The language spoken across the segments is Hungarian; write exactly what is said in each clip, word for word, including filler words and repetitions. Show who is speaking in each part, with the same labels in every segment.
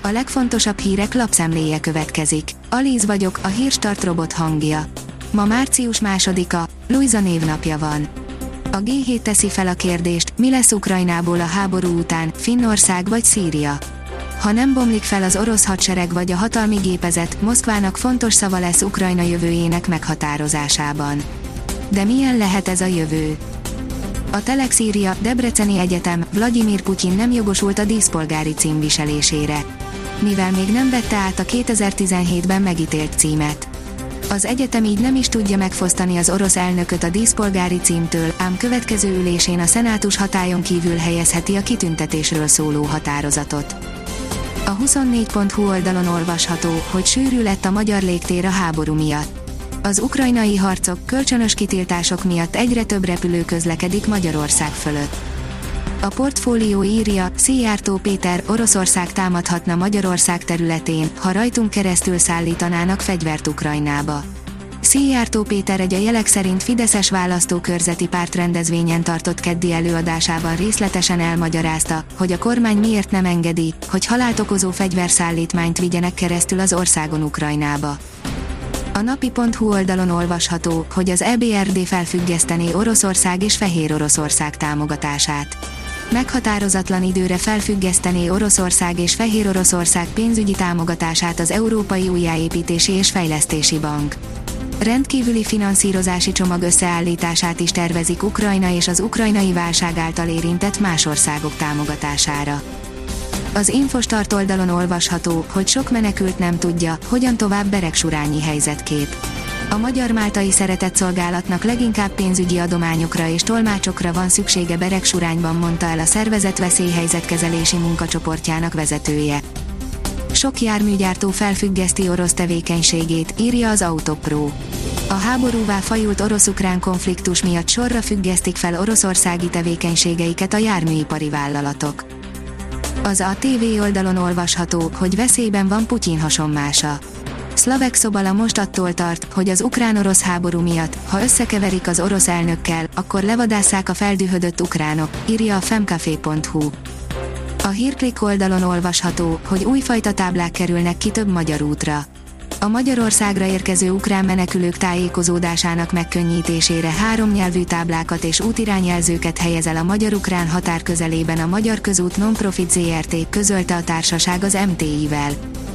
Speaker 1: A legfontosabb hírek lapszemléje következik. Alíz vagyok, a Hírstart robot hangja. Ma március másodika, Lujza névnapja van. A gé hét teszi fel a kérdést, mi lesz Ukrajnából a háború után, Finnország vagy Szíria. Ha nem bomlik fel az orosz hadsereg vagy a hatalmi gépezet, Moszkvának fontos szava lesz Ukrajna jövőjének meghatározásában. De milyen lehet ez a jövő? A Telex írja, Debreceni Egyetem, Vladimir Putyin nem jogosult a díszpolgári cím viselésére. Mivel még nem vette át a kétezer-tizenhétben megítélt címet. Az egyetem így nem is tudja megfosztani az orosz elnököt a díszpolgári címtől, ám következő ülésén a szenátus hatályon kívül helyezheti a kitüntetésről szóló határozatot. A huszonnégy pont hu oldalon olvasható, hogy sűrű lett a magyar légtér a háború miatt. Az ukrajnai harcok, kölcsönös kitiltások miatt egyre több repülő közlekedik Magyarország fölött. A Portfólió írja, Szijjártó Péter, Oroszország támadhatna Magyarország területén, ha rajtunk keresztül szállítanának fegyvert Ukrajnába. Szijjártó Péter egy a jelek szerint fideszes választókörzeti pártrendezvényen tartott keddi előadásában részletesen elmagyarázta, hogy a kormány miért nem engedi, hogy halált okozó fegyverszállítmányt vigyenek keresztül az országon Ukrajnába. A napi pont hu oldalon olvasható, hogy az é bé er dé felfüggesztené Oroszország és Fehéroroszország támogatását. Meghatározatlan időre felfüggesztené Oroszország és Fehéroroszország pénzügyi támogatását az Európai Újjáépítési és Fejlesztési Bank. Rendkívüli finanszírozási csomag összeállítását is tervezik Ukrajna és az ukrajnai válság által érintett más országok támogatására. Az Infostart oldalon olvasható, hogy sok menekült nem tudja, hogyan tovább beregsurányi helyzetkép. A Magyar-Máltai Szeretetszolgálatnak leginkább pénzügyi adományokra és tolmácsokra van szüksége Beregsurányban, mondta el a szervezet veszélyhelyzetkezelési munkacsoportjának vezetője. Sok járműgyártó felfüggeszti orosz tevékenységét, írja az Autopro. A háborúvá fajult orosz-ukrán konfliktus miatt sorra függesztik fel oroszországi tevékenységeiket a járműipari vállalatok. Az á té vé oldalon olvasható, hogy veszélyben van Putyin hasonmása. Szlavek Szobala most attól tart, hogy az ukrán-orosz háború miatt, ha összekeverik az orosz elnökkel, akkor levadásszák a feldühödött ukránok, írja a femcafé pont hu. A Hírklik oldalon olvasható, hogy újfajta táblák kerülnek ki több magyar útra. A Magyarországra érkező ukrán menekülők tájékozódásának megkönnyítésére három nyelvű táblákat és útirányjelzőket helyez el a magyar-ukrán határ közelében a Magyar Közút Nonprofit zé er té, közölte a társaság az em té i-vel.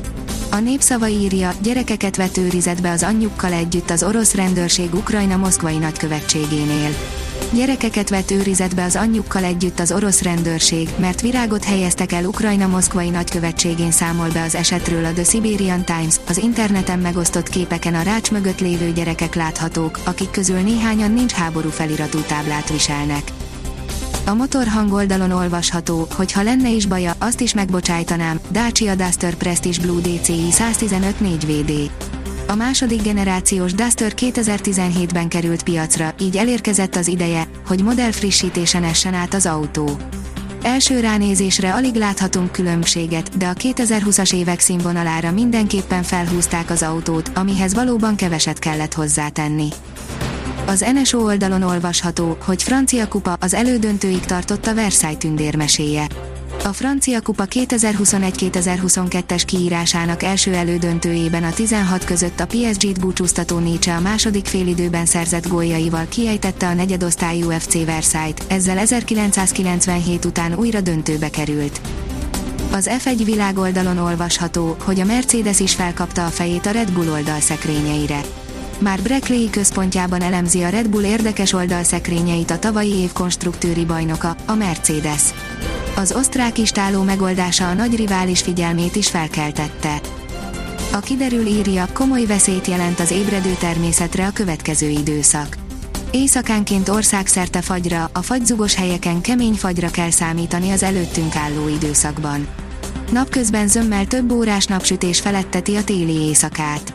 Speaker 1: A Népszava írja, gyerekeket vett őrizetbe az anyjukkal együtt az orosz rendőrség Ukrajna moszkvai nagykövetségénél. Gyerekeket vett őrizetbe az anyjukkal együtt az orosz rendőrség, mert virágot helyeztek el Ukrajna moszkvai nagykövetségén, számol be az esetről a The Siberian Times. Az interneten megosztott képeken a rács mögött lévő gyerekek láthatók, akik közül néhányan nincs háború feliratú táblát viselnek. A Motorhang oldalon olvasható, hogy ha lenne is baja, azt is megbocsájtanám, Dacia Duster Prestige Blue dé cé i száztizenöt négy vé dé. A második generációs Duster kétezer-tizenhétben került piacra, így elérkezett az ideje, hogy modellfrissítésen essen át az autó. Első ránézésre alig láthatunk különbséget, de a kétezer-húszas évek színvonalára mindenképpen felhúzták az autót, amihez valóban keveset kellett hozzátenni. Az en es o oldalon olvasható, hogy francia kupa, az elődöntőig tartott a Versailles tündérmeséje. A francia kupa kétezer-huszonegy kétezer-huszonkettes kiírásának első elődöntőjében a tizenhat között a pé es gét búcsúztató Nietzsche a második félidőben szerzett góljaival kiejtette a negyedosztályú ef cé Versailles-t, ezzel ezerkilencszázkilencvenhét után újra döntőbe került. Az ef egy világoldalon olvasható, hogy a Mercedes is felkapta a fejét a Red Bull oldalszekrényeire. Már Brackley központjában elemzi a Red Bull érdekes oldalszekrényeit a tavalyi év konstruktőri bajnoka, a Mercedes. Az osztrák istáló megoldása a nagy rivális figyelmét is felkeltette. A Kiderül írja, komoly veszélyt jelent az ébredő természetre a következő időszak. Éjszakánként országszerte fagyra, a fagyzugos helyeken kemény fagyra kell számítani az előttünk álló időszakban. Napközben zömmel több órás napsütés feletteti a téli éjszakát.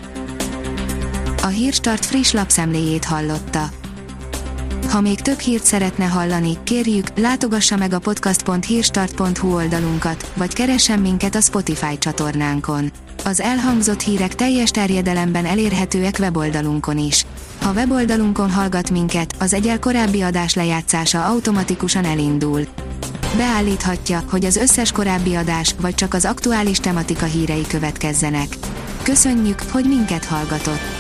Speaker 1: A Hírstart friss lapszemléjét hallotta. Ha még több hírt szeretne hallani, kérjük, látogassa meg a podcast pont hírstart pont hu oldalunkat, vagy keressen minket a Spotify csatornánkon. Az elhangzott hírek teljes terjedelemben elérhetőek weboldalunkon is. Ha weboldalunkon hallgat minket, az egyel korábbi adás lejátszása automatikusan elindul. Beállíthatja, hogy az összes korábbi adás, vagy csak az aktuális tematika hírei következzenek. Köszönjük, hogy minket hallgatott!